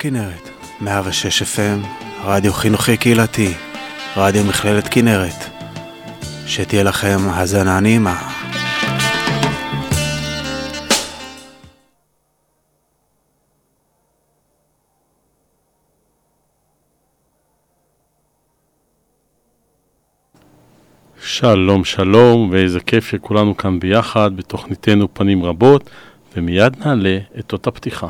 כנרת, 106 FM, רדיו חינוכי קהילתי, רדיו מכללת כנרת. שתהיה לכם האזנה נעימה. שלום שלום, ואיזה כיף שכולנו כאן ביחד בתוכניתנו פנים רבות, ומיד נעלה את אותה פתיחה.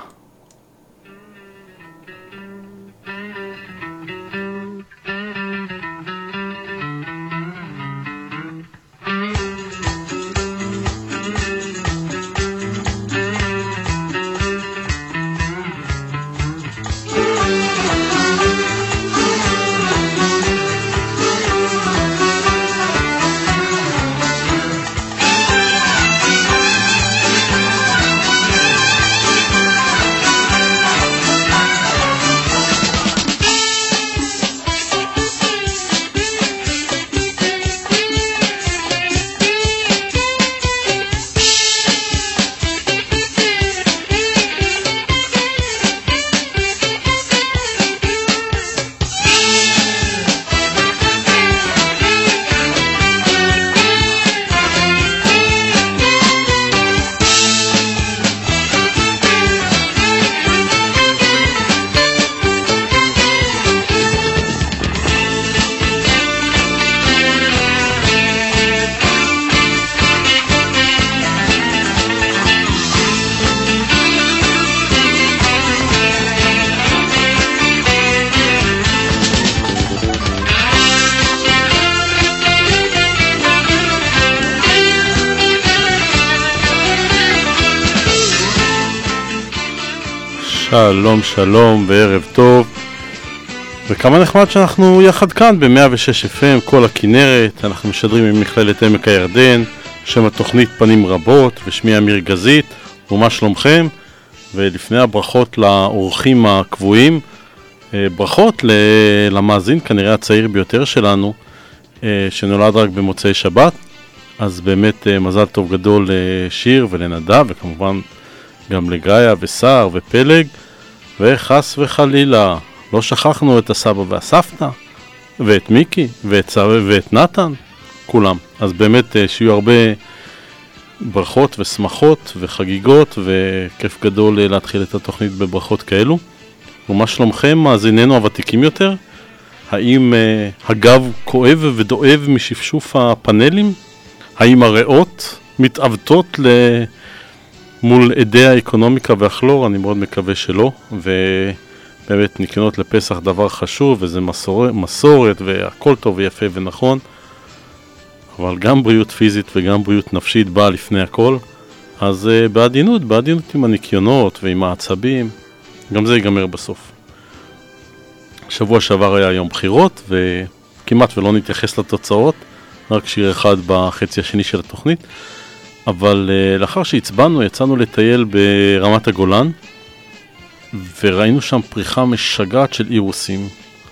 שלום שלום וערב טוב, וכמה נחמד שאנחנו יחד כאן ב-106 FM, כל הכנרת. אנחנו משדרים ממכללת עמק הירדן, שם התוכנית פנים רבות, ושמי אמיר גזית. ומה שלומכם? ולפני הברכות לאורחים הקבועים, ברכות למאזין כנראה הצעיר ביותר שלנו, שנולד רק במוצאי שבת. אז באמת מזל טוב גדול לשיר ולנדב, וכמובן גם לגאיה ושר ופלג, וחס וחלילה לא שכחנו את הסבא והסבתא ואת מיקי ואת סבא ואת נתן, כולם. אז באמת שיהיו הרבה ברכות ושמחות וחגיגות, וכיף גדול להתחיל את התוכנית בברכות כאלו. ומה שלומכם מאזיננו הוותיקים יותר? האם הגב כואב ודואב משפשוף הפאנלים? האם הריאות מתעוותות מול עדי האקונומיקה והכלור? אני מאוד מקווה שלא, ובאמת ניקיונות לפסח דבר חשוב, וזה מסורת והכל טוב ויפה ונכון, אבל גם בריאות פיזית וגם בריאות נפשית באה לפני הכל. אז בעדינות עם הניקיונות ועם העצבים, גם זה ייגמר בסוף. שבוע שעבר היה יום בחירות, וכמעט ולא נתייחס לתוצאות, רק שיר אחד בחצי השני של התוכנית. אבל לאחר שהצבענו, יצאנו לטייל ברמת הגולן, וראינו שם פריחה משגעת של אירוסים.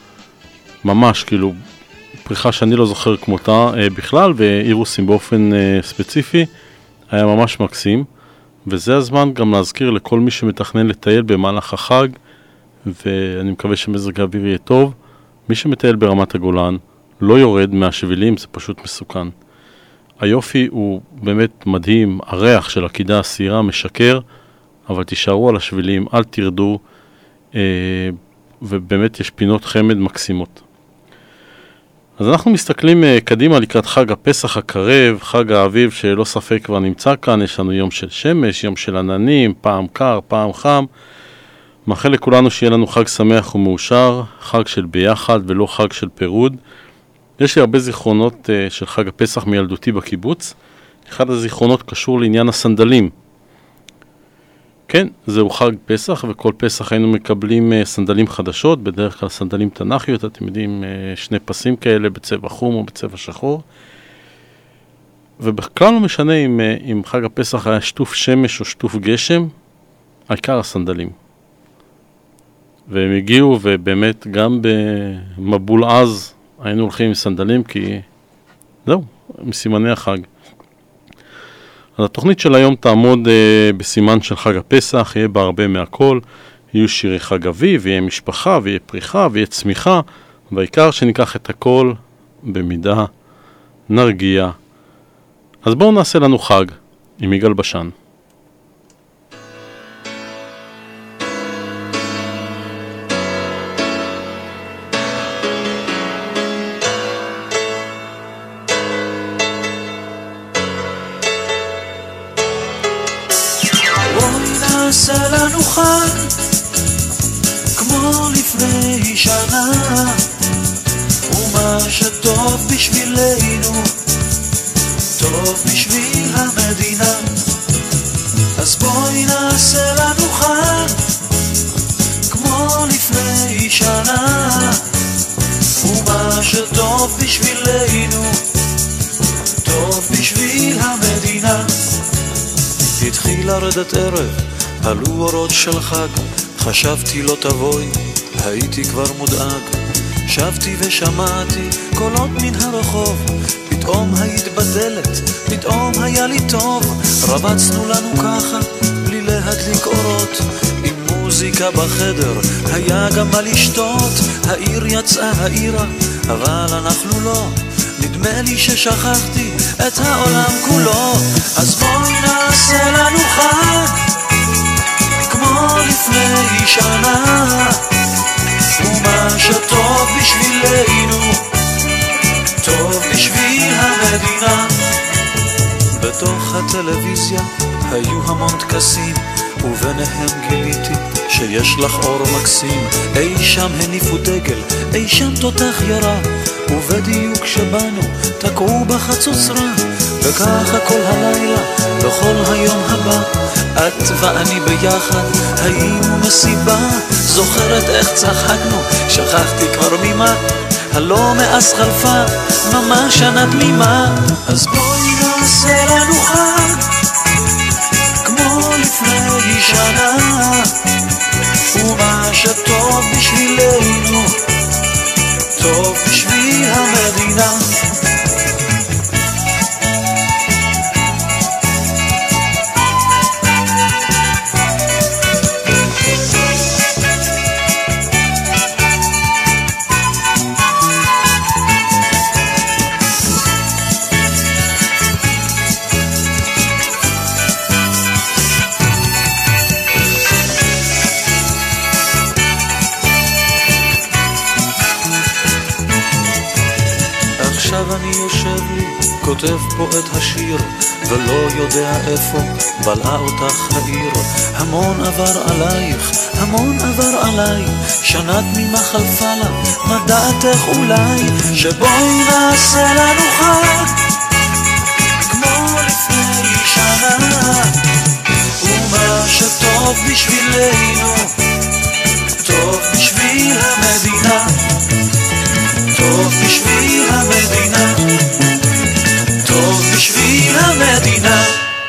ממש, כאילו, פריחה שאני לא זוכר כמותה בכלל, ואירוסים באופן ספציפי, היה ממש מקסים. וזה הזמן גם להזכיר לכל מי שמתכנן לטייל במהלך החג, ואני מקווה שמזג האוויר יהיה טוב. מי שמטייל ברמת הגולן לא יורד מהשבילים, זה פשוט מסוכן. היופי הוא באמת מדהים, הריח של הקידה הסירה משקר, אבל תישארו על השבילים, אל תרדו, ובאמת יש פינות חמד מקסימות. אז אנחנו מסתכלים קדימה לקראת חג הפסח הקרב, חג האביב שלא ספק כבר נמצא כאן. יש לנו יום של שמש, יום של עננים, פעם קר, פעם חם. מאחל לכולנו שיהיה לנו חג שמח ומאושר, חג של ביחד ולא חג של פירוד. יש לי הרבה זיכרונות של חג הפסח מילדותי בקיבוץ. אחד הזיכרונות קשור לעניין הסנדלים. כן, זהו חג פסח, וכל פסח היינו מקבלים סנדלים חדשות, בדרך כלל סנדלים תנ"כיות, אתם יודעים, שני פסים כאלה בצבע חום או בצבע שחור. ובכלל לא משנה אם חג הפסח היה שטוף שמש או שטוף גשם, העיקר הסנדלים. והם הגיעו, ובאמת גם במבול עז היינו הולכים עם סנדלים, כי זהו, מסימני החג. אז התוכנית של היום תעמוד בסימן של חג הפסח, יהיה בה הרבה מהכל, יהיו שירי חג אביב, ויהיה משפחה, ויהיה פריחה, ויהיה צמיחה, והעיקר שניקח את הכל במידה, נרגיע. אז בואו נעשה לנו חג עם יגאל בשן. נעשה לנו חג כמו לפני שנה, ומה שטוב בשבילנו טוב בשביל המדינה. אז בואי נעשה לנו חג כמו לפני שנה, ומה שטוב בשבילנו טוב בשביל המדינה. התחיל לרדת ערב, עלו אורות של חג, חשבתי לא תבואי, הייתי כבר מודאג. שבתי ושמעתי קולות מן הרחוב, פתאום היית בדלת, פתאום היה לי טוב. רבצנו לנו ככה, בלי להדליק אורות, עם מוזיקה בחדר, היה גם מה לשתות. העיר יצאה העירה, אבל אנחנו לא, נדמה לי ששכחתי את העולם כולו. אז בואי נעשה לנו חג כמו לפני שנה, ומה שטוב בשבילנו טוב בשביל המדינה. בתוך הטלוויזיה היו המון טקסים, וביניהם גיליתי שיש לך אור מקסים. אי שם הניפו דגל, אי שם תותח ירה, ובדיוק שבאנו תקעו בחצוצרה. וככה כל הלילה וכל היום הבא, את ואני ביחד היינו מסיבה. זוכרת איך צחקנו, שכחתי כבר ממה, הלא מאז חלפה ממש שנה תמימה. אז בואי נעשה לנו חג כמו לפני שנה, ומה שטוב בשבילנו טוב בשביל המדינה. עכשיו אני יושב לי, כותב פה את השיר, ולא יודע איפה בלעה אותך העיר. המון עבר עלייך, המון עבר עליי, שנה תמימה חלפה לה, מה דעתך אולי שבואי נעשה לנו חג כמו לפני שנה, ומה שטוב בשבילנו טוב בשביל המדינה, טוב בשביל המדינה, טוב בשביל המדינה.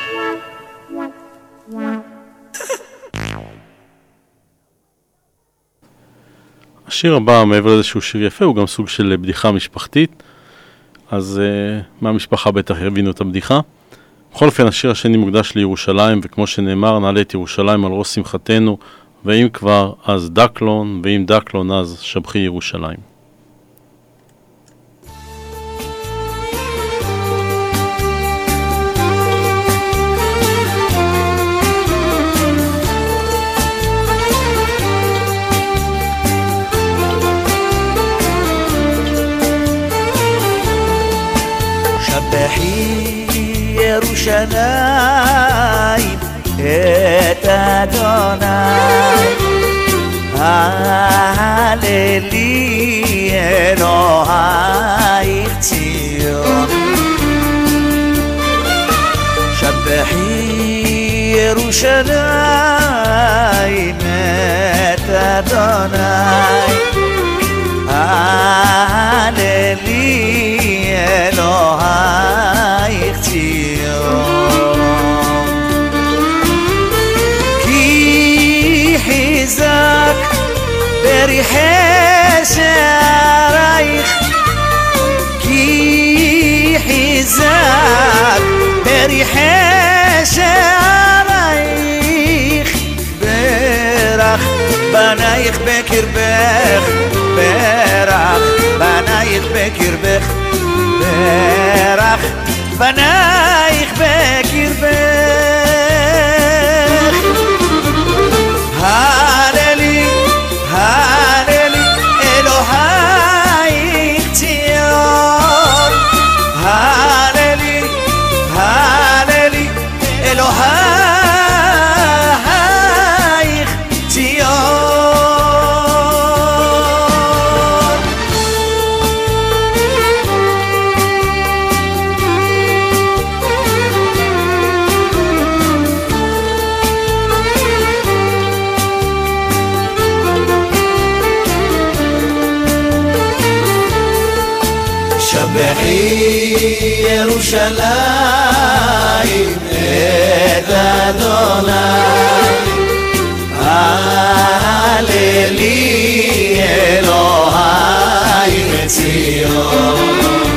השיר הבא, מעבר לזה שהוא שיר יפה, הוא גם סוג של בדיחה משפחתית, אז מהמשפחה בטח יבינו את הבדיחה. בכל אופן, השיר השני מוקדש לירושלים, וכמו שנאמר, נעלה את ירושלים על ראש שמחתנו, ואם כבר אז דקלון, ואם דקלון אז שבחי ירושלים. שבחי ירושלים את אדוני, הללי אלוהיך ציון. שבחי ירושלים את אדוני, הללי אלוהיך ציון. כי חיזק בריחי שערייך, כי חיזק בריחי שערייך, ברך בנייך בקרבך ברח, בנייך בקרבך ברח, בנייך בקרבך. הללי, הללי, אלוהייך ציון, הללי, הללי, אלוהייך ציון. שבחי ירושלים את אדוני, הללי אלוהי בציון.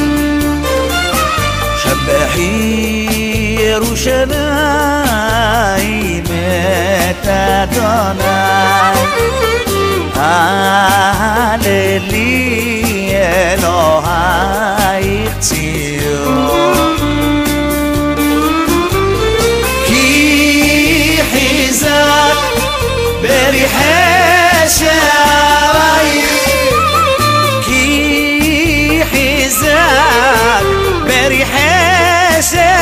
שבחי ירושלים את אדוני, הללי אלוהי ציון. כי חיזק בריחי שערייך, כי חיזק בריחי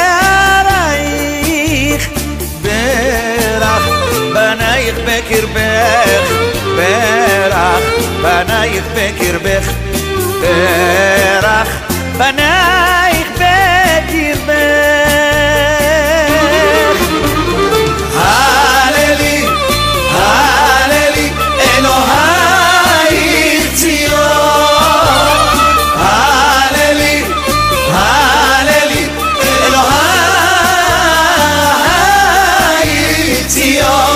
שערייך, ברך בנייך בקרבך ברח, בנייך בקרבך ברח, בנייך בקרבך. הללי, הללי, אלוהייך ציון, הללי, הללי, אלוהייך ציון.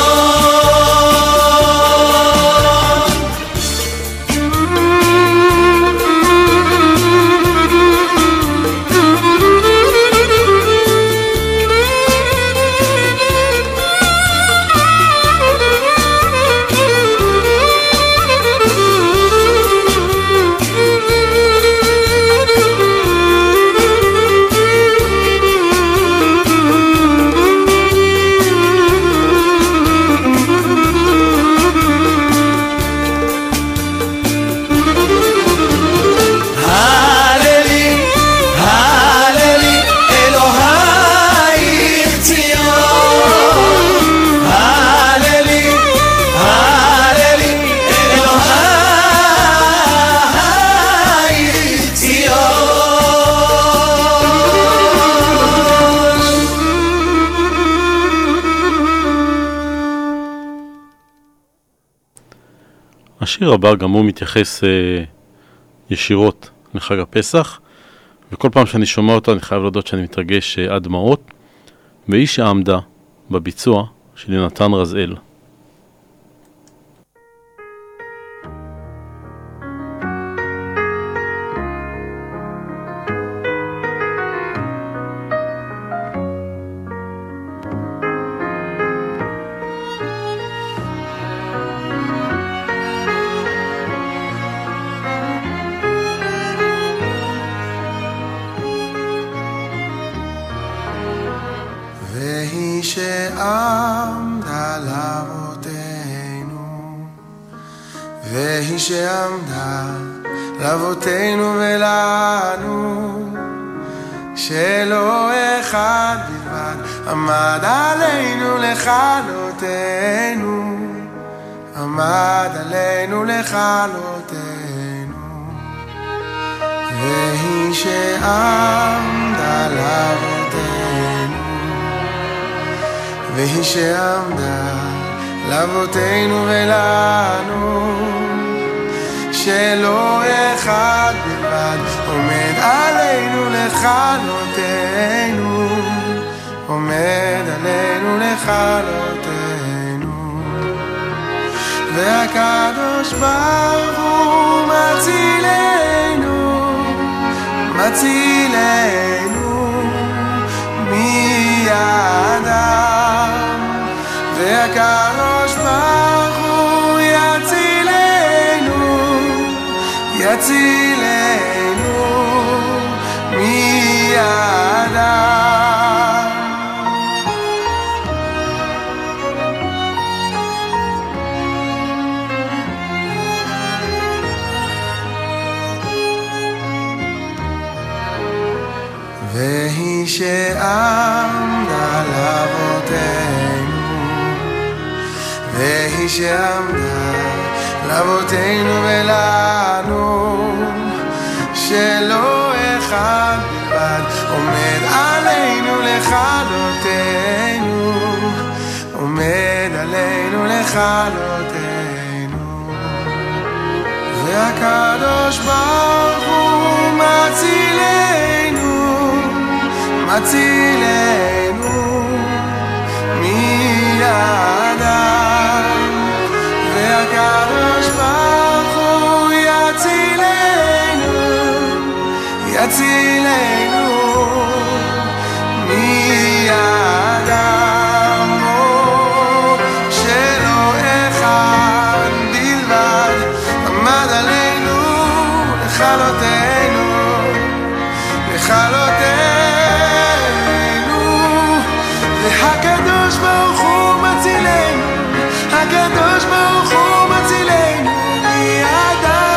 השיר הבא גם הוא מתייחס ישירות לחג הפסח, וכל פעם שאני שומע אותו אני חייב להודות שאני מתרגש עד דמעות. והיא שעמדה בביצוע של יונתן רזאל. שעמדה לאבותינו, והיא שעמדה לאבותינו ולנו, שלא אחד בלבד עמד עלינו לכלותנו, עמד עלינו לכלותנו. והיא שעמדה לאבותינו, והיא שעמדה לאבותינו ולנו, שלא אחד בלבד עומד עלינו לכלותנו, עומד עלינו לכלותנו. והקדוש ברוך הוא מצילנו, מצילנו מידם, והקדוש ברוך הוא יצילנו מידם. והיא שעמדה לאבותינו, והיא שעמדה לאבותינו ולנו, שלא אחד בלבד עומד עלינו לכלותנו, עומד עלינו לכלותנו. והקדוש ברוך הוא מצילנו, מצילנו מידם. והקדוש ברוך הוא יצילנו, יצילנו מידם. שלא אחד בלבד עמד עלינו לכלותנו, לכלותנו. והקדוש ברוך הוא מצילנו, הקדוש ברוך הוא מצילנו מידם.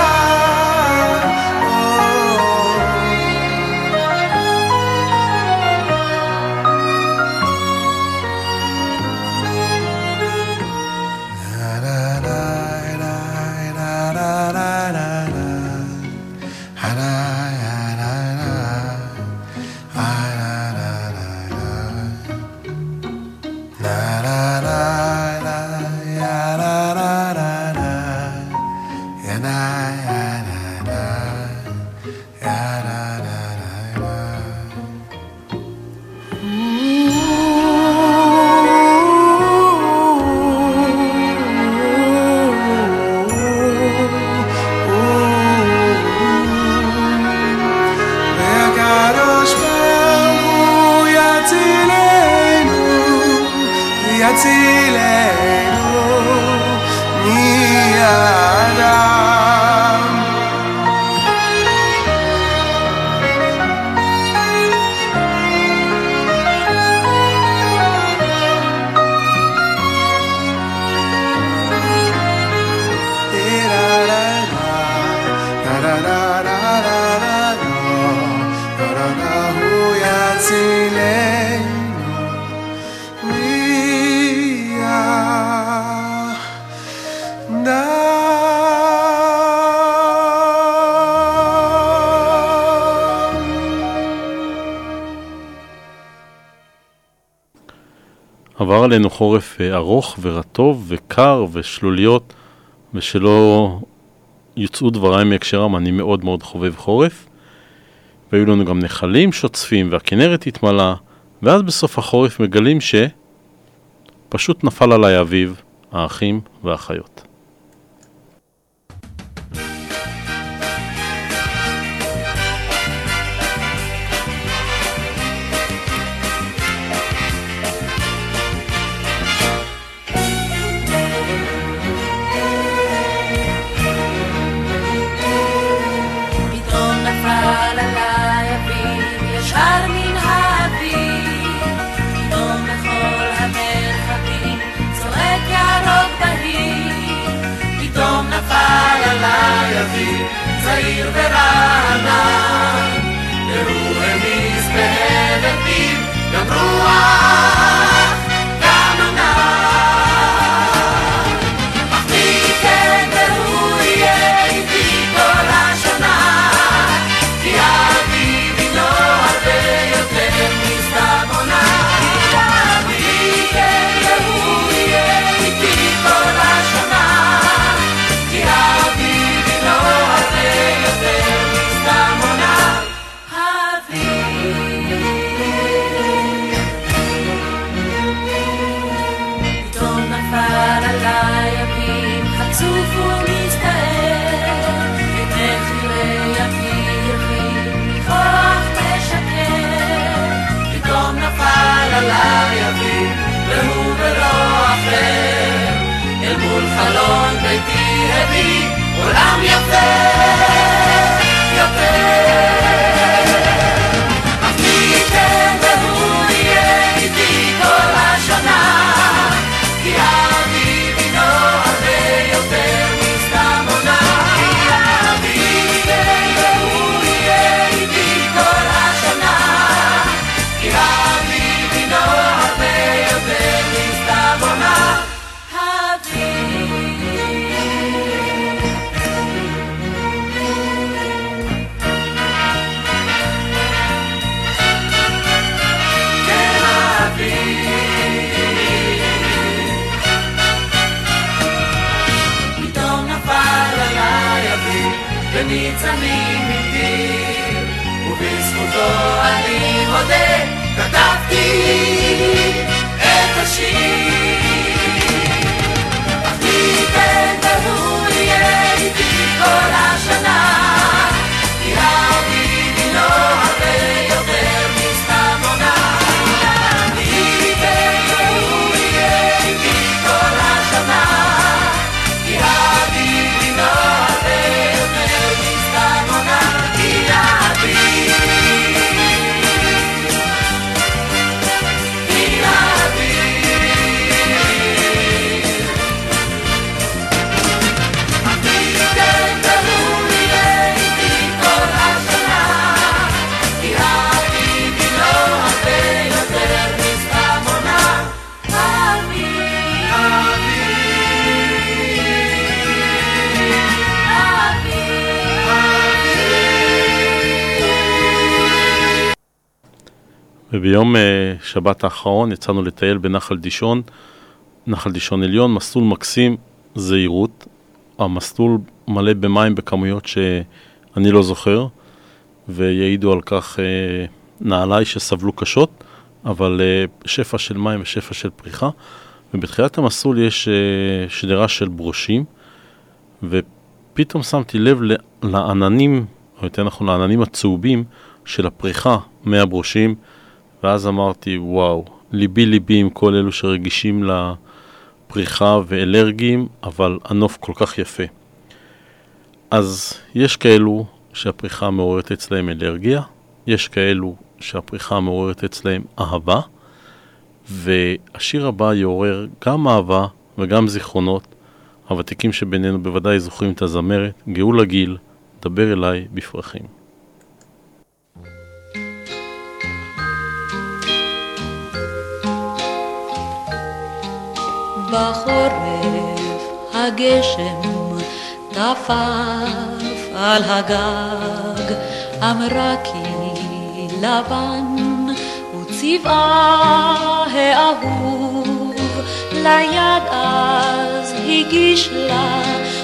עבר עלינו חורף ארוך ורטוב וקר ושלוליות, ושלא יוצאו דבריי מהקשרם, אני מאוד מאוד חובב חורף. והיו לנו גם נחלים שוצפים והכנרת התמלאה, ואז בסוף החורף מגלים שפשוט נפל עליי אביב, האחים והאחיות. צעיר ורענן, והוא רמיס בהבל פיו, גם רוח, גם ענן. אך מי כן והוא יהיה איתי כל השנה, כי אביבי לא הרבה יותר מסתם עונה. מי כן והוא יהיה איתי כל השנה, כי אביבי לא הרבה יותר מסתם עונה. אביב וניצנים מפיר, ובזכותו אני מודה, כתבתי את השיר. אך מי ייתן והוא יהיה איתי כל השנה, כי האביבי לא הרבה יותר מסתם עונה. מי ייתן והוא יהיה איתי כל השנה, כי האביבי לא הרבה יותר מסתם עונה. כי האביבי, כי האביבי, מי ייתן והוא יהיה איתי כל השנה, כי האביבי לא הרבה יותר מסתם עונה. וביום שבת האחרון יצאנו לטייל בנחל דישון, נחל דישון עליון, מסלול מקסים, זהירות. המסלול מלא במים בכמויות שאני לא זוכר, ויעידו על כך נעליי שסבלו קשות, אבל שפע של מים ושפע של פריחה. ובתחילת המסלול יש שדרה של ברושים, ופתאום שמתי לב לעננים, או יותר נכון לעננים הצהובים של הפריחה מהברושים, ואז אמרתי, וואו, ליבי עם כל אלו שרגישים לפריחה ואלרגיים, אבל הנוף כל כך יפה. אז יש כאלו שהפריחה מעוררת אצלהם אלרגיה, יש כאלו שהפריחה מעוררת אצלהם אהבה, והשיר הבא יעורר גם אהבה וגם זיכרונות. הוותיקים שבינינו בוודאי זוכרים את הזמרת, גאולה גיל, דבר אליי בפרחים. בחורף הגשם טפף על הגג, אמרה כי לבן וצבעה האהוב, ליד אז הגיש לה,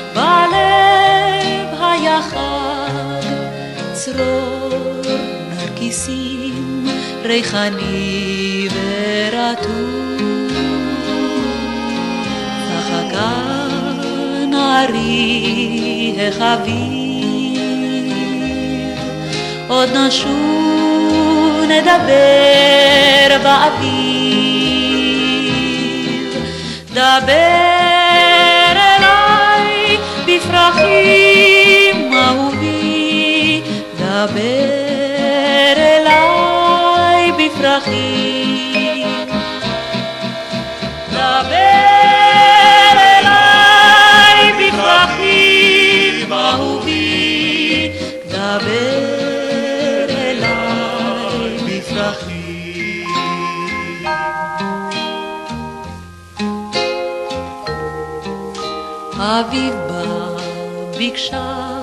בלב היה חג, צרור נרקיסים ריחני ורטוב. נערי החביב, עוד נשוב נדבר באביב. דבר אליי בפרחים אהובי, דבר אליי בפרחים, דבר בפרחים אהובי, דבר אליי בפרחים. אביב בא ביקשה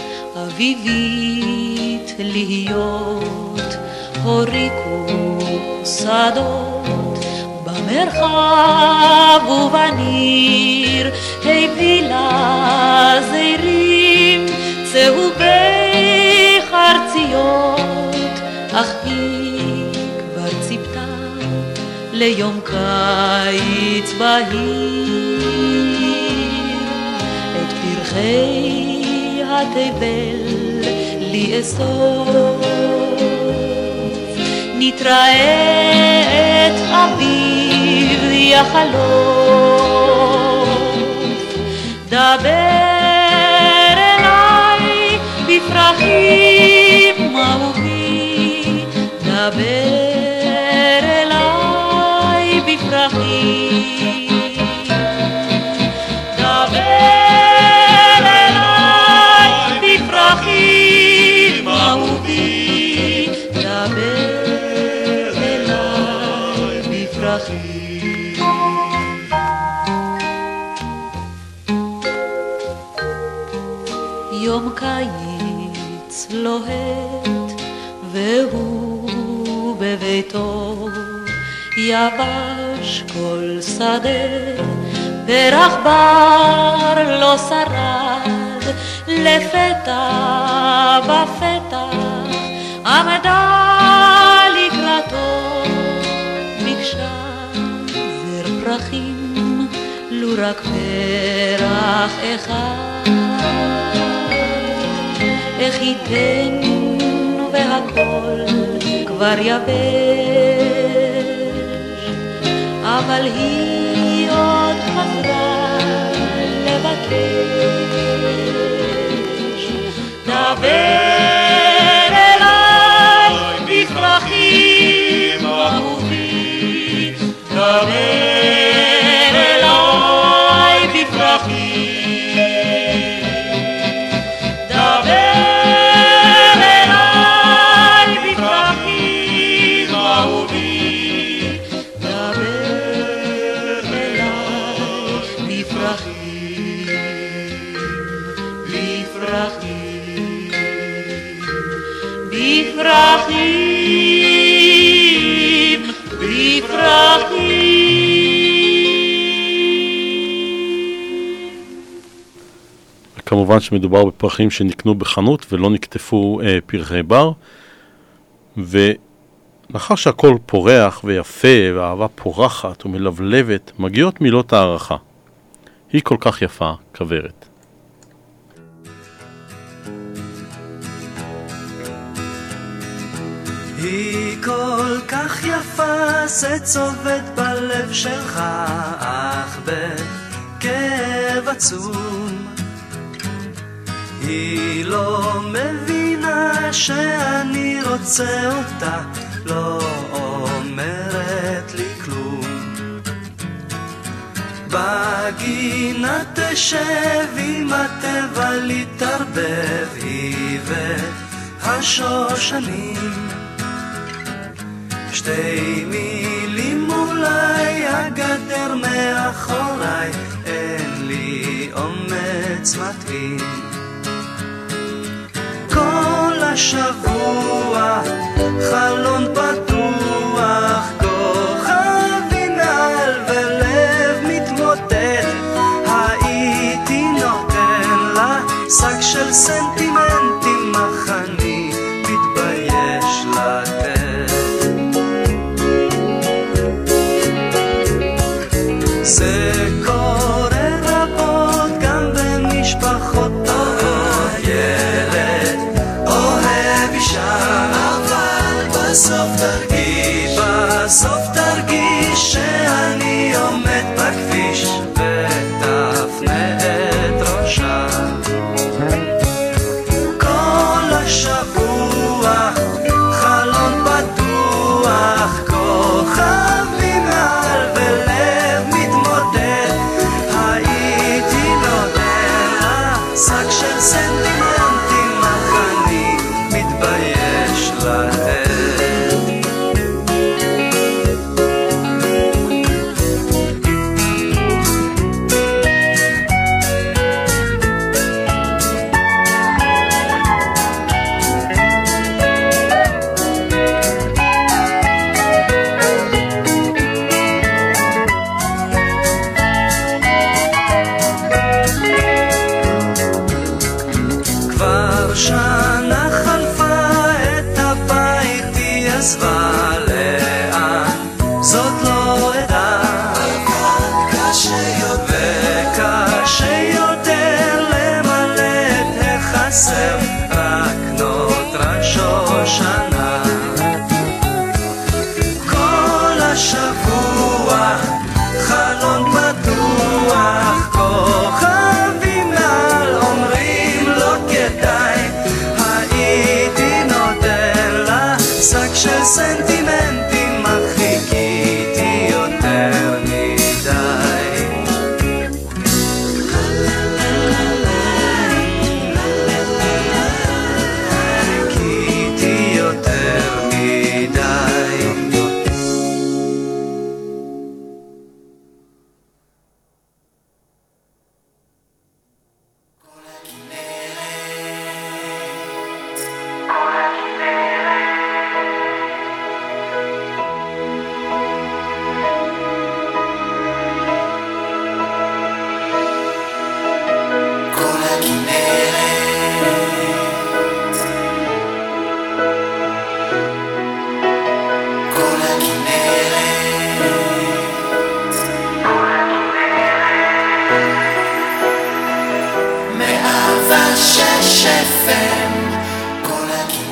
אביבית להיות, הוריקו שדות במרחב ובניר, הביא לה זירים צהובי חרציות, אך היא כבר ציפתה ליום קיץ בהיר, את פרחי התבל לאסוף, נתראה את אביב יחלוף. דבר אליי בפרחים אהובי, דבר אליי בפרחים, דבר אליי בפרחים אהובי, דבר אליי בפרחים. יום קיץ לוהט והוא בביתו, יבש כל שדה, פרח בר לא שרד, לפתע בפתע עמדה לקראתו, ביקשה זר פרחים, לו רק פרח אחד, איך ייתן והכל כבר יבש, אבל היא עוד חזרה לבקש, דבר אליי בפרחים אהובי, דבר אליי בפרחים, דבר אליי בפרחים אהובי, דבר אליי בפרחים, בפרחים, בפרחים, בפרחים. כמובן שמדובר בפרחים שנקנו בחנות ולא נקטפו פרחי בר, ולאחר שהכל פורח ויפה והאהבה פורחת ומלבלבת, מגיעות מילות הערכה. היא כל כך יפה, כברת. היא כל כך יפה, זה צובט בלב שלך, אך בכאב עצום. היא לא מבינה שאני רוצה אותה, לא אומרת לי כלום. בגינה תשב עם הטבע להתערבב, היא והשושנים. שתי מילים אולי, הגדר מאחוריי, אין לי אומץ מתאים. כל השבוע חלון פתוח, כוכבים מעל ולב מתמוטט, הייתי נותן לה שק של סנטימנטים, אך אני מתבייש לתת. זה קורה רבות גם במשפחות טובות, ילד אוהב אישה, אבל בסוף תרגיש שאני עומד בכביש ותפנה את ראשה. כל השבוע חלון פתוח, כוכבים מעל ולב מתמודד, הייתי נותן לה שק של סנטימנטים, אך אני מתבייש לתת. כבר שנה חלפה, את הבית היא עזבה, לאן זאת לא אדע. וקשה יותר למלא את החסר, רק נותרה שושנה. כל השבוע חלון פתוח, כוכבים מעל אומרים לא כדאי, הייתי נותן לה שק של סנטימנטים, 106 FM, כל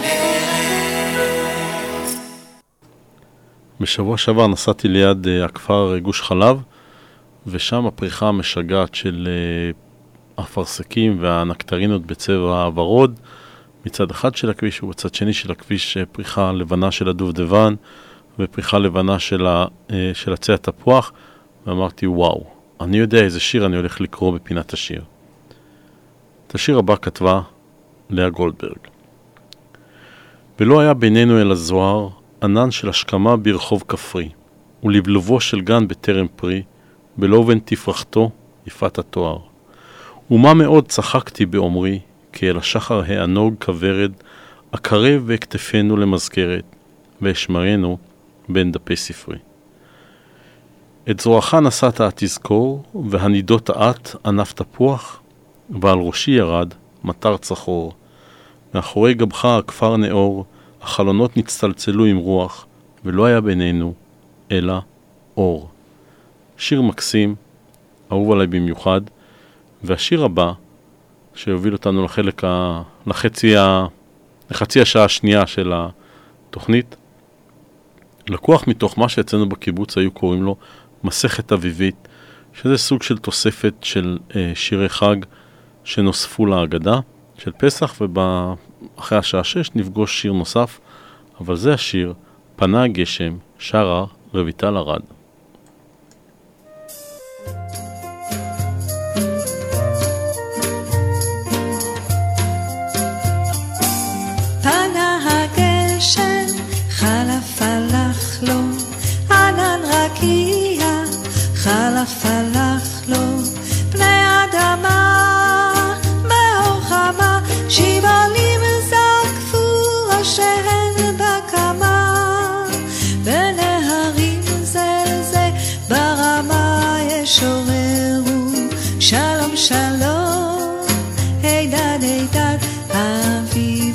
הכנרת. בשבוע שעבר נסעתי ליד הכפר גוש חלב, ושם הפריחה המשגעת של אפרסקים והנקטרינות בצבע ורוד, מצד אחד של הכביש ובצד שני של הכביש פריחה לבנה של הדובדבן, ופריחה לבנה של עצי התפוח, ואמרתי וואו, אני יודע איזה שיר אני הולך לקרוא בפינת השיר. את השיר הבא כתבה לאה גולדברג. ולא היה בינינו אל הזוהר, ענן של השכמה ברחוב כפרי, ולבלובו של גן בטרם פרי, בלובן תפרחתו יפת התואר. ומה מאוד צחקתי באומרי, כי אל השחר הענוג כברד, הקרב והכתפנו למזכרת, ואשמרנו בין דפי ספרי. את זרועך נשאת תזכור, והנידות את ענף תפוח, ועל ראשי ירד מטר צחור. מאחורי גבך הכפר נאור, החלונות נצטלצלו עם רוח, ולא היה בינינו אלא אור. שיר מקסים, אהוב עליי במיוחד, והשיר הבא, שיוביל אותנו לחצי השעה השנייה של התוכנית, לקוח מתוך מה שאצלנו בקיבוץ היו קוראים לו מסכת אביבית, שזה סוג של תוספת של שירי חג שנוספו להגדה של פסח, ואחרי השעה 6 נפגוש שיר נוסף, אבל זה השיר פנה הגשם, שרה רויטל ארד. פנה הגשם, חלף הלך לו, ענן רקיע, חלף הלך לו, פני אדמה, באור חמה, שיבולים זקפו ראשיהן בקמה, ונהרים זה זה ברמה ישוררו, שלום שלום, הידד הידד, אביב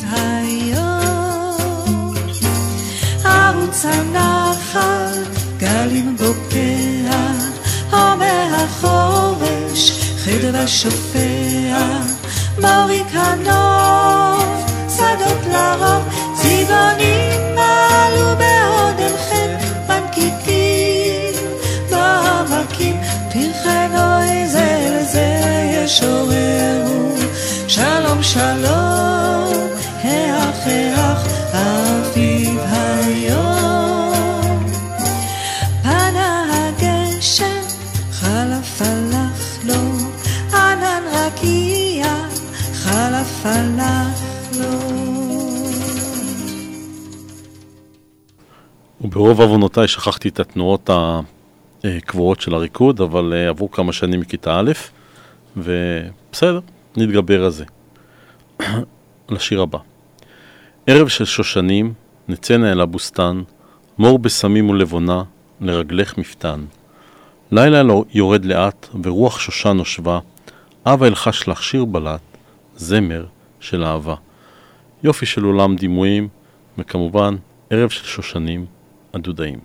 היום. ערוץ הנחל, גלים בוקע, אומר החורש, חדווה שופע, מוריק הנוף, שדות לרוב, צבעונים עלו בהודם חן, מנקיקים בעמקים, פרחי זה לזה ישוררו, שלום שלום, היח היח, אביב היום. פנה הגשם, חלף הלך לו, ענן רקיע, חלף הלך לו. וברוב עוונותיי שכחתי את התנועות הקבועות של הריקוד, אבל עברו כמה שנים מכיתה א', ובסדר, נתגבר על זה. לשיר הבא. ערב של שושנים, נצאנה אל הבוסתן, מור בסמים ולבונה, לרגלך מפתן. לילה יורד לאט, ורוח שושן נושבה, אבא אלחש לך שיר בלט, זמר של אהבה. יופי של עולם דימויים, וכמובן, ערב של שושנים, הדודאים.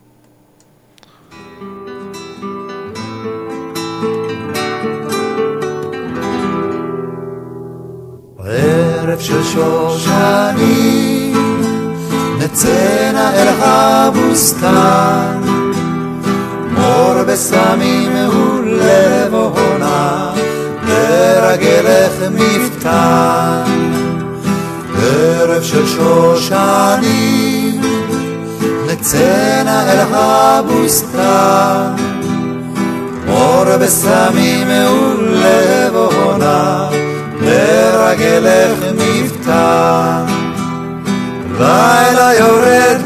ערב של שושנים, נצאנה אל הבוסתן, מור בסמים ולבונה, לרגלך מפתן. ערב של שושנים, נצאנה אל הבוסתן, מור בסמים ולבונה, לרגלך מפתן. לילה יורד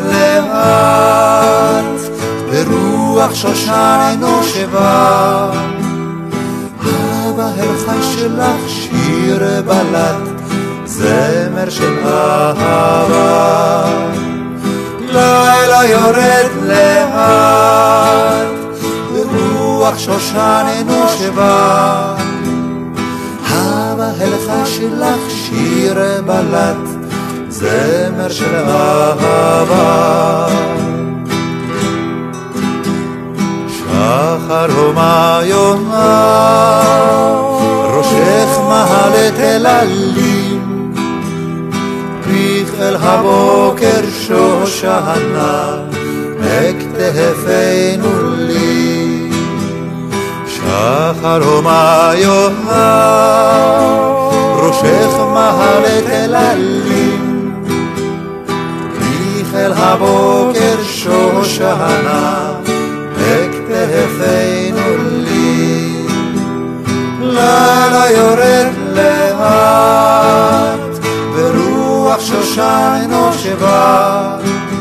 לאט, ברוח שושן נושבה, אבא אלחש לך שיר בלט, זמר של אהבה. לילה יורד לאט, ברוח שושן נושבה, אבא אלחש לך שיר בלט, זמר של אהבה. שחר הומה יונה, ראשך מעלה תל אלים, ריח אל הבוקר שושנה, בכתפינו לי. שחר הומה יוהר, ראשך מעלה תל אלים, ריח אל הבוקר שושנה, בכתפינו לי. לילה יורד לאט, ברוח שושן נושבה,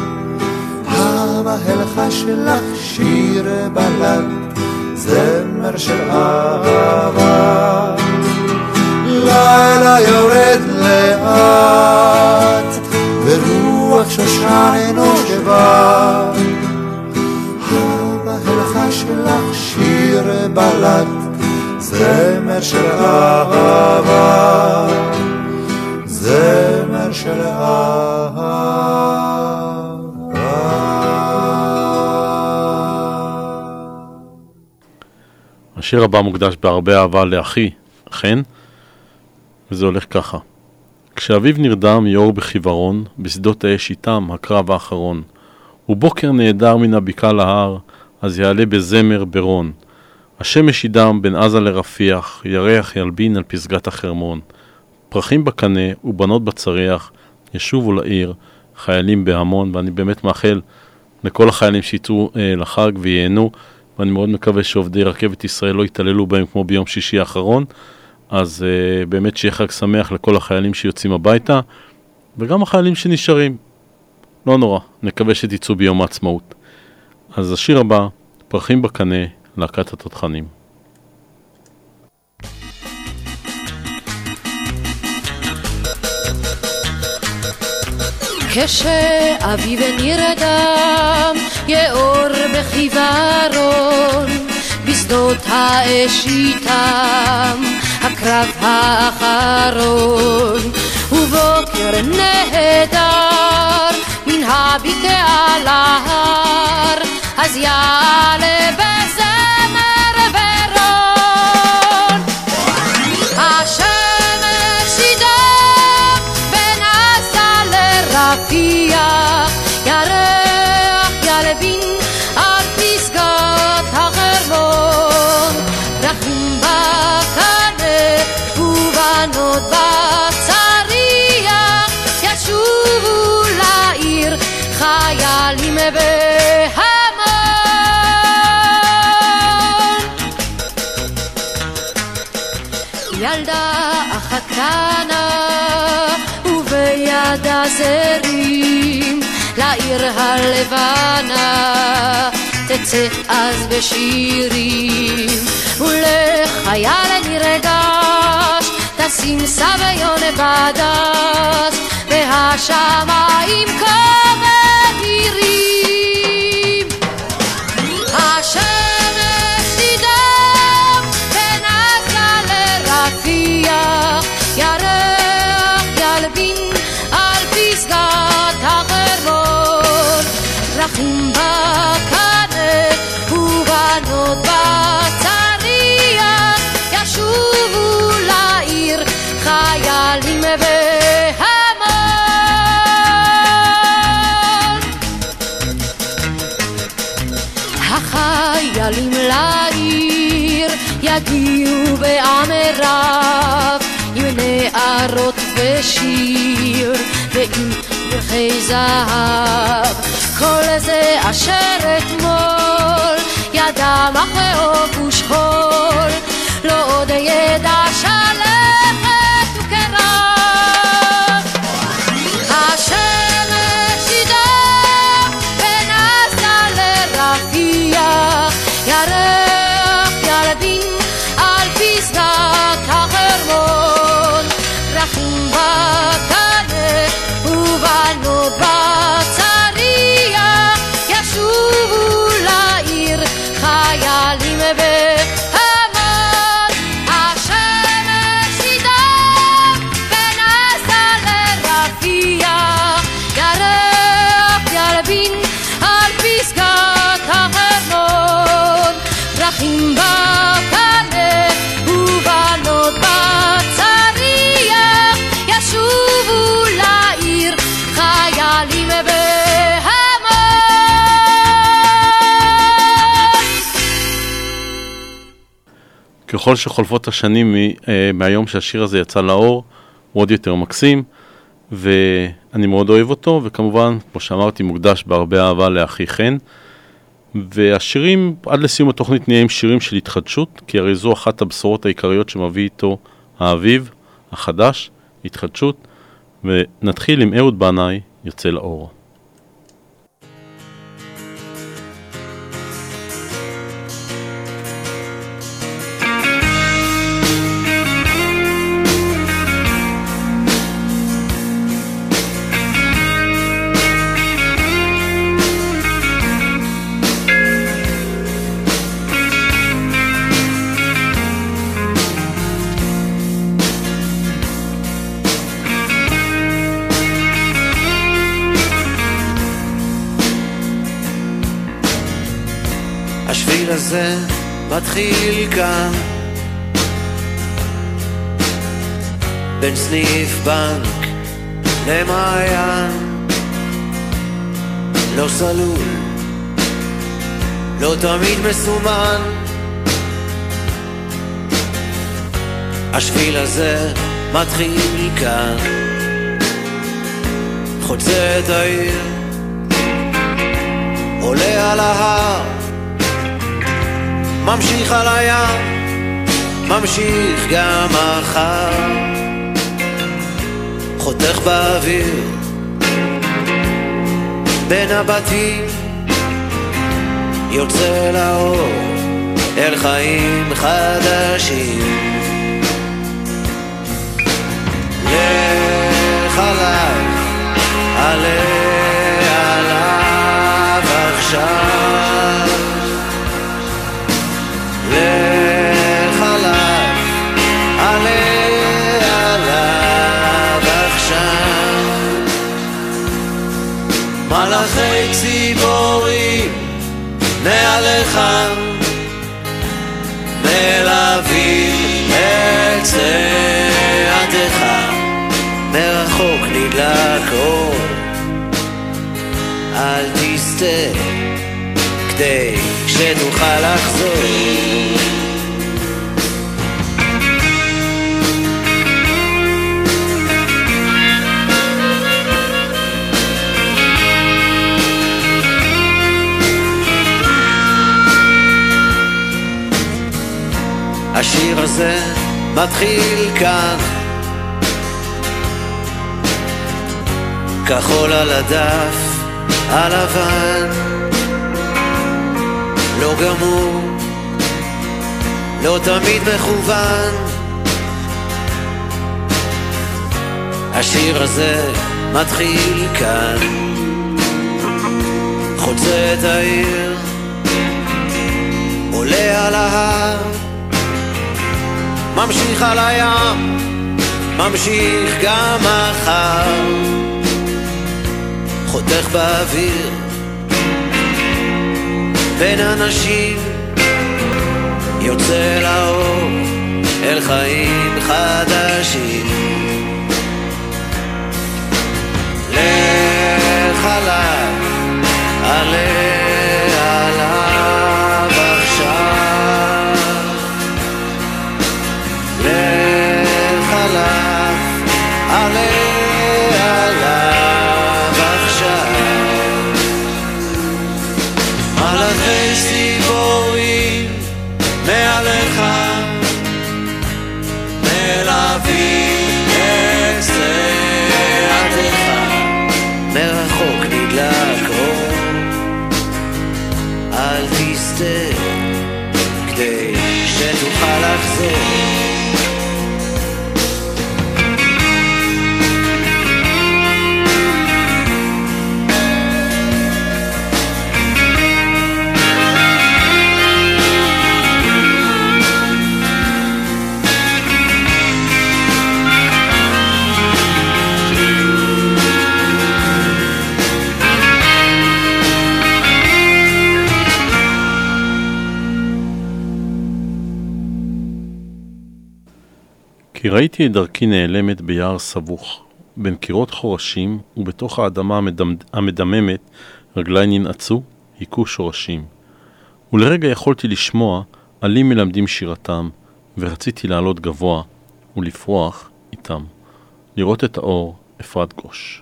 הבהלכה שלך שיר בלט, זמר של אהבה. לילה יורד לאט, ברוח שושן נושבה, הבהלכה שלך שיר בלט, זמר של אהבה, זמר של אהבה. השיר הבא מוקדש בהרבה אהבה לאחי, חן, וזה הולך ככה. כשאביו נרדם יאור בחיוורון, בשדות האש איתם הקרב האחרון, ובוקר נהדר מן הבקעה להר, אז יעלה בזמר ברון. השמש ידם בין עזה לרפיח, ירח ילבין על פסגת החרמון. פרחים בקנה ובנות בצריח, ישובו לעיר, חיילים בהמון, ואני באמת מאחל לכל החיילים שיצאו לחג וייהנו, ואני מאוד מקווה שעובדי רכבת ישראל לא יתעללו בהם כמו ביום שישי האחרון, אז באמת שיהיה חג שמח לכל החיילים שיוצאים הביתה, וגם החיילים שנשארים. לא נורא, נקווה שתצאו ביום העצמאות. אז השיר הבא, פרחים בקנה, להקת התותחנים. כשאביב נרדם יאור בחיוורון, בשדות האש איתם הקרב האחרון, ובוקר נהדר מן הבקעה להר, אז יעלה בזמר ברון. השמש ידם בין עזה לרפיח, ירח ילבין על פסגת החרמון, פרחים בקנה ובנות בצריח, ישובו לעיר חיילים ילדה אחת קטנה ובידה זרים, לעיר הלבנה תצא אז בשירים, ולחייל נרגש תשים סביון בדש, והשמיים כבהירים. השמש תדם בין עזה לרפיח, ירח ילבין על פסגת החרמון, פרחים בקנה ובנות בצריח, ישובו לעיר חיילים בהמון. החיילים לעיר יגיעו בעמר רב, עם נערות ושיר ועם פרחי זהב, כל זה אשר אתמול ידע מחרוב ושכול, לא עוד ידע שלכת וקרב. השמש ידם בין עזה לרפיח, ירח ילבין על פסגת החרמון, פרחים בקנה ובנות בצריח, ישובו לעיר חיילים בהמון. השמש ככל שחולפות השנים מהיום שהשיר הזה יצא לאור, הוא עוד יותר מקסים, ואני מאוד אוהב אותו, וכמובן, כמו שאמרתי, מוקדש בהרבה אהבה לאחי חן, והשירים עד לסיום התוכנית נהיים שירים של התחדשות, כי הרי זו אחת הבשורות העיקריות שמביא איתו האביב החדש, התחדשות, ונתחיל עם אהוד בנאי, יוצא לאור. השביל הזה מתחיל כאן בין סניף בנק למעיין, לא סלול, לא תמיד מסומן. השביל הזה מתחיל כאן, חוצה את העיר, עולה על ההר, ממשיך על הים, ממשיך גם מחר, חותך באוויר בין הבתים, יוצא לאור אל חיים חדשים. לך עליי, עלה עליו עכשיו, לך עליי, עלה עליו עכשיו. מלאכי ציפורים מעליך מלווים את צעדיך, מרחוק נדלק אור, אל תסתה כדי שתוכל לחזור. השיר הזה מתחיל כאן, כחול על הדף הלבן, לא גמור, לא תמיד מכוון. השיר הזה מתחיל כאן, חוצה את העיר, עולה על ההר, ממשיך על הים, ממשיך גם מחר, חותך באוויר בין אנשים, יוצא לאור אל חיים חדשים. לך עליי, עלה עליו עכשיו, לך עליו, עלה עליו עכשיו. מלאכי ציפורים מעליך מלווים את צעדיך, מרחוק נדלק אור, אל תסתה כדי שתוכל לחזור. כי ראיתי את דרכי נעלמת ביער סבוך, בין קירות חורשים, ובתוך האדמה המדממת רגלי ננעצו, היכו שורשים. ולרגע יכולתי לשמוע עלים מלמדים שירתם, ורציתי לעלות גבוה ולפרוח איתם, לראות את האור. אפרת גוש.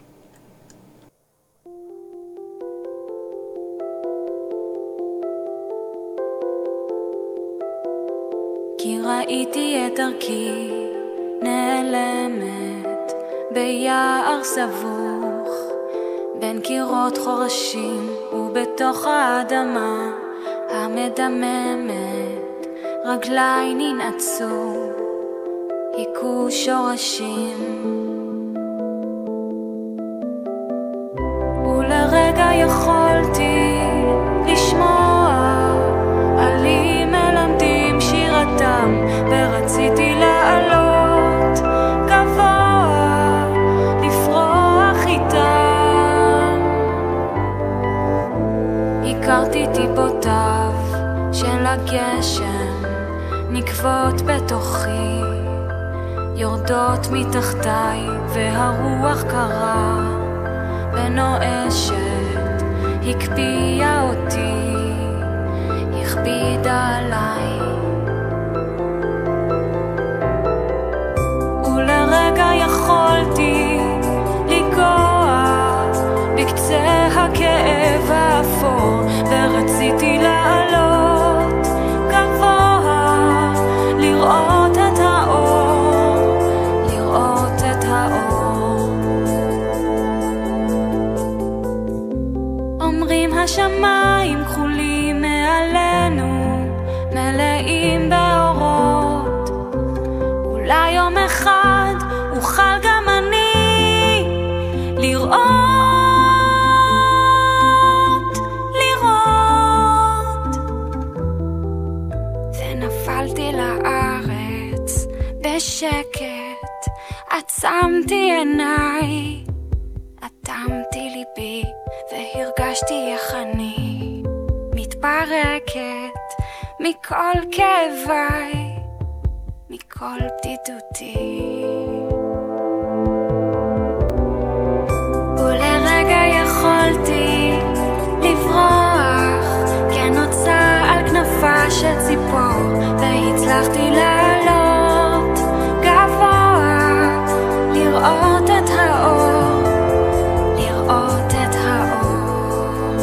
כי ראיתי את דרכי נעלמת ביער סבוך, בין קירות חורשים ובתוך האדמה המדממת רגליי ננעצו, היכו שורשים, ולרגע יכולתי לשמוע עלים מלמדים שירתם, ורציתי לעלות גבוה לפרוח איתם. הכרתי טיפותיו של הגשם נקבות בתוכי, יורדות מתחתיי והרוח קרה ונואשת, הקפיאה אותי, הכבידה עליי, ולרגע יכולתי לגוע בקצה הכאב האפור, ורציתי לעלות גבוה לראות את האור, לראות את האור. אומרים השמיים כחולים מעלינו, מלאים באורות, אולי יום אחד אוכל גם אני לראות, לראות. ונפלתי לארץ בשקט, עצמתי עיניי, אטמתי ליבי והרגשתי איך אני מתפרקת מכל כאביי, מכל בדידותי. ולרגע יכולתי לברוח, כנוצה על כנפה של ציפור, והצלחתי לעלות גבוה לראות את האור, לראות את האור.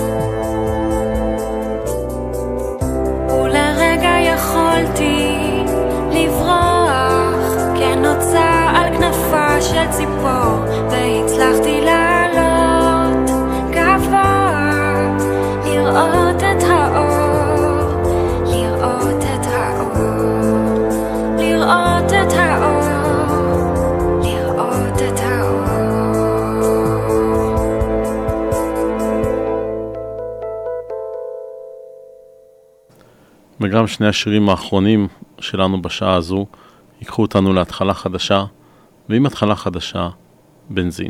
ולרגע יכולתי לברוח, כנוצה על כנפה של ציפור, והצלחתי לעלות גבוה לראות את האור, לראות את האור, לראות את האור, לראות את האור. וגם שני השירים האחרונים שלנו בשעה הזו ייקחו אותנו להתחלה חדשה, ועם התחלה חדשה, בנזין.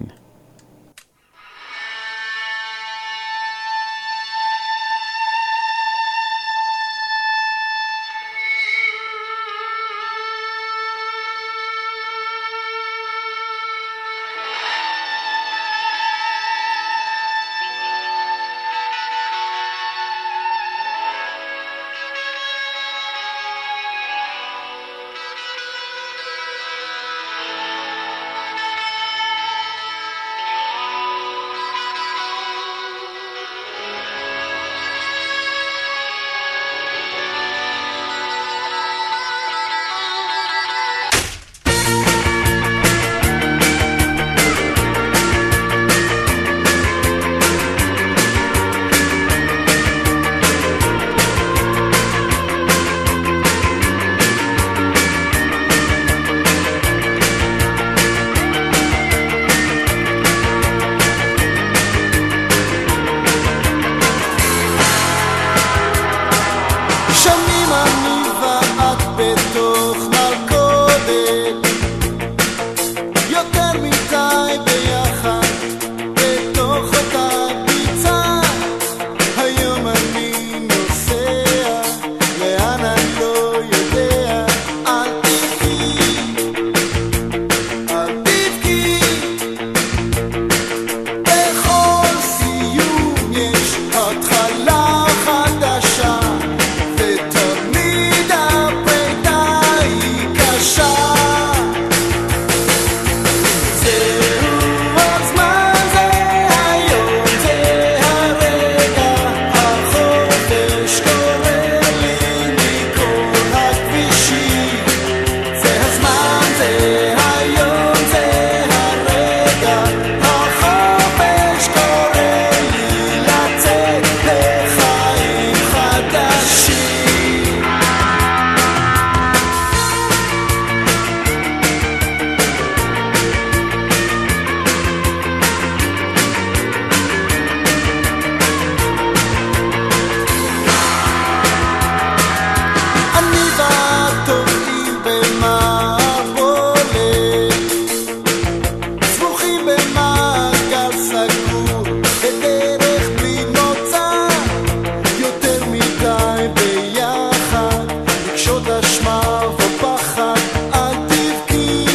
במעגל סגור, בדרך בלי מוצא, יותר מדי ביחד, רגשות אשמה ופחד. אל תבכי,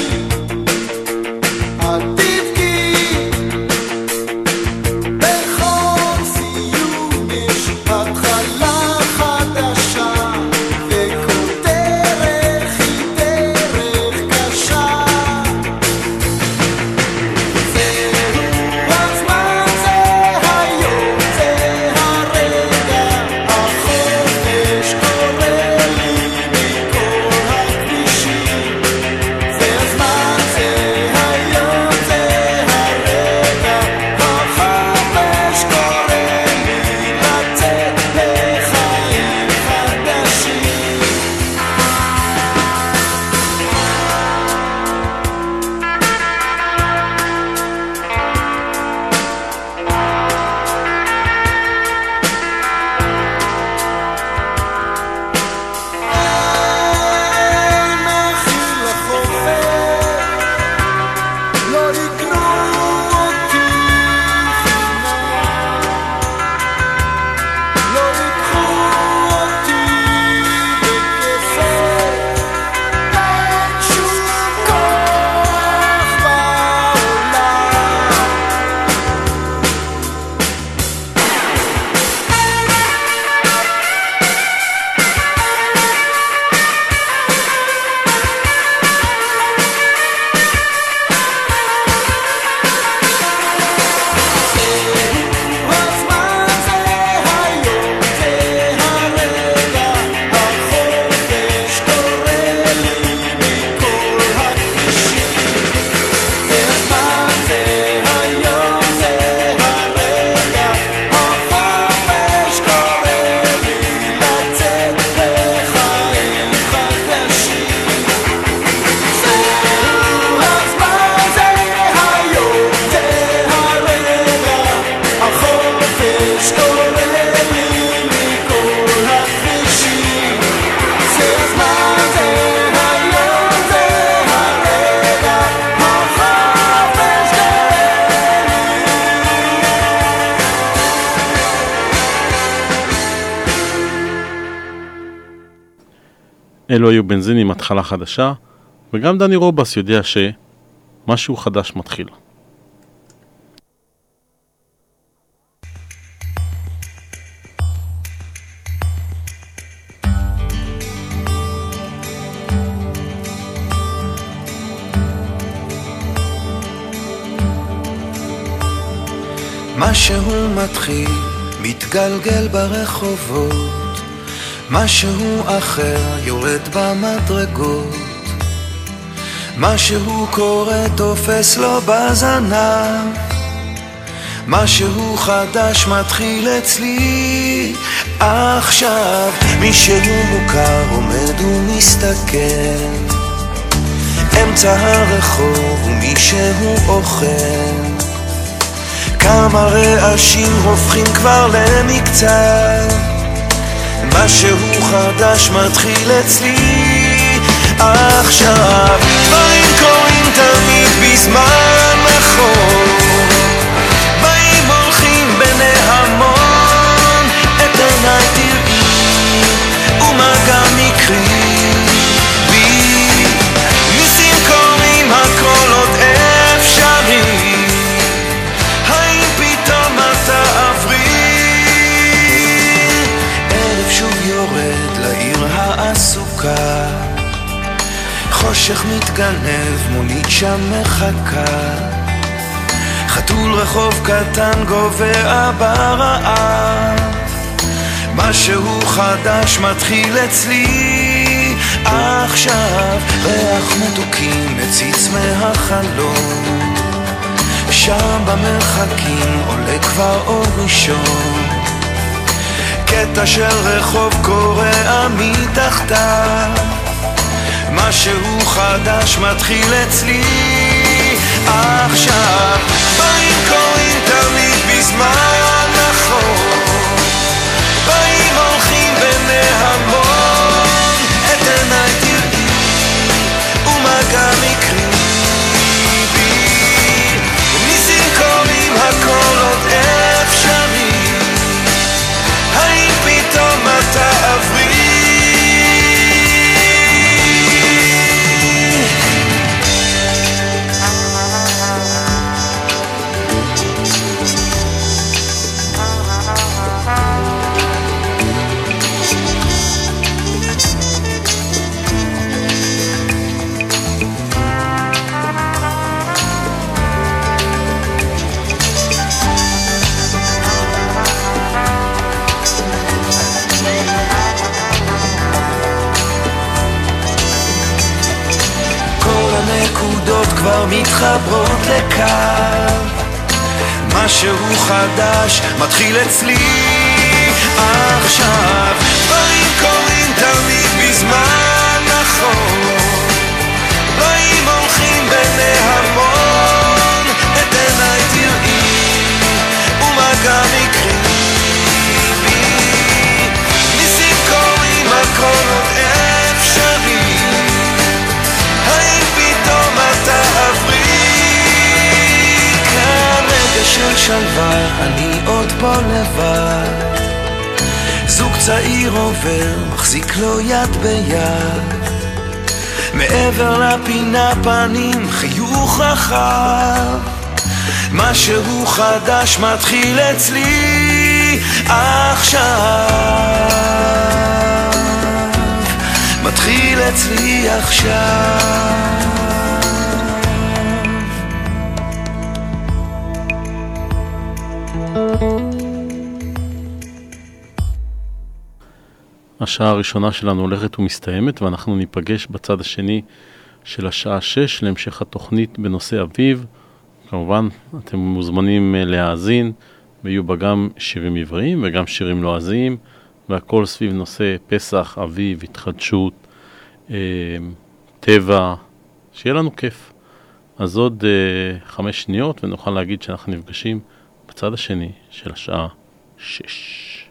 אל תבכי, בכל סיום יש התחלה חדשה, וכל דרך היא דרך קשה. זהו הזמן, זה היום, זה הרגע, החופש קורא לי מכל הכבישים. זה הזמן, זה היום, זה הרגע, החופש קורא לי לצאת לחיים חדשים. מכיל לחופש, לא יקנו אותי חינם, לא יקחו אותי בכסף, אין שום כוח בעולם. הזמן, זה היום, זה הרגע, החופש קורא לי מכל הכבישים. זה הזמן, זה היום, זה הרגע, החופש קורא לי לצאת לחיים חדשים. זהו הזמן, זה היום, זה הרגע, החופש קורא לי מכל הכבישים. זה הזמן, זה היום, זה הרגע, החופש אלו היו בנזין עם התחלה חדשה, וגם דני רובס יודע שמשהו חדש מתחיל. משהו מתחיל, מתגלגל ברחובות, משהו אחר יורד במדרגות, משהו קורה תופס לו בזנב, משהו חדש מתחיל אצלי עכשיו. מישהו מוכר עומד ומסתכל אמצע הרחוב ומישהו אוכל, כמה רעשים הופכים כבר למקצת, משהו חדש מתחיל אצלי עכשיו. דברים קורים תמיד בזמן נכון, באים הולכים בני המון, את עיניי תראי ומגע מקרי בי, ניסים קורים הכל עוד אפשרי, האם פתאום אתה עברי? ערב שוב יורד לעיר העסוקה, חושך מתגנב, מונית שם מחכה, חתול רחוב קטן גובע ברעב, משהו חדש מתחיל אצלי עכשיו. ריח מתוקים מציץ מהחלום, שם במרחקים עולה כבר אור ראשון, קטע של רחוב קורע מתחתיו, משהו חדש מתחיל אצלי עכשיו. באים קוראים תמיד בזמן נכון, באים הולכים בני המון, את עיניי תראי ומגע מקרי בי, מתחברות לקו. משהו חדש מתחיל אצלי עכשיו. דברים קורים תמיד בזמן נכון, דברים הולכים בני המון. את עיניי תראי ומה גם יקרי בי, ניסים קורים הכל עוד אפשרי. האם פתאום אתה עברי כאן רגע של שלווה, אני עוד פה לבד. זוג צעיר עובר, מחזיק לו יד ביד, מעבר לפינה פנים חיוך רחב. משהו חדש מתחיל אצלי עכשיו, מתחיל אצלי עכשיו. השעה הראשונה שלנו הולכת ומסתיימת, ואנחנו ניפגש בצד השני של השעה 6 להמשך התוכנית בנושא אביב. כמובן, אתם מוזמנים להאזין, ויהיו בה גם שירים עבריים וגם שירים לועזיים, והכל סביב נושא פסח, אביב, התחדשות, טבע, שיהיה לנו כיף. אז עוד 5 שניות ונוכל להגיד שאנחנו נפגשים בצד השני של השעה 6.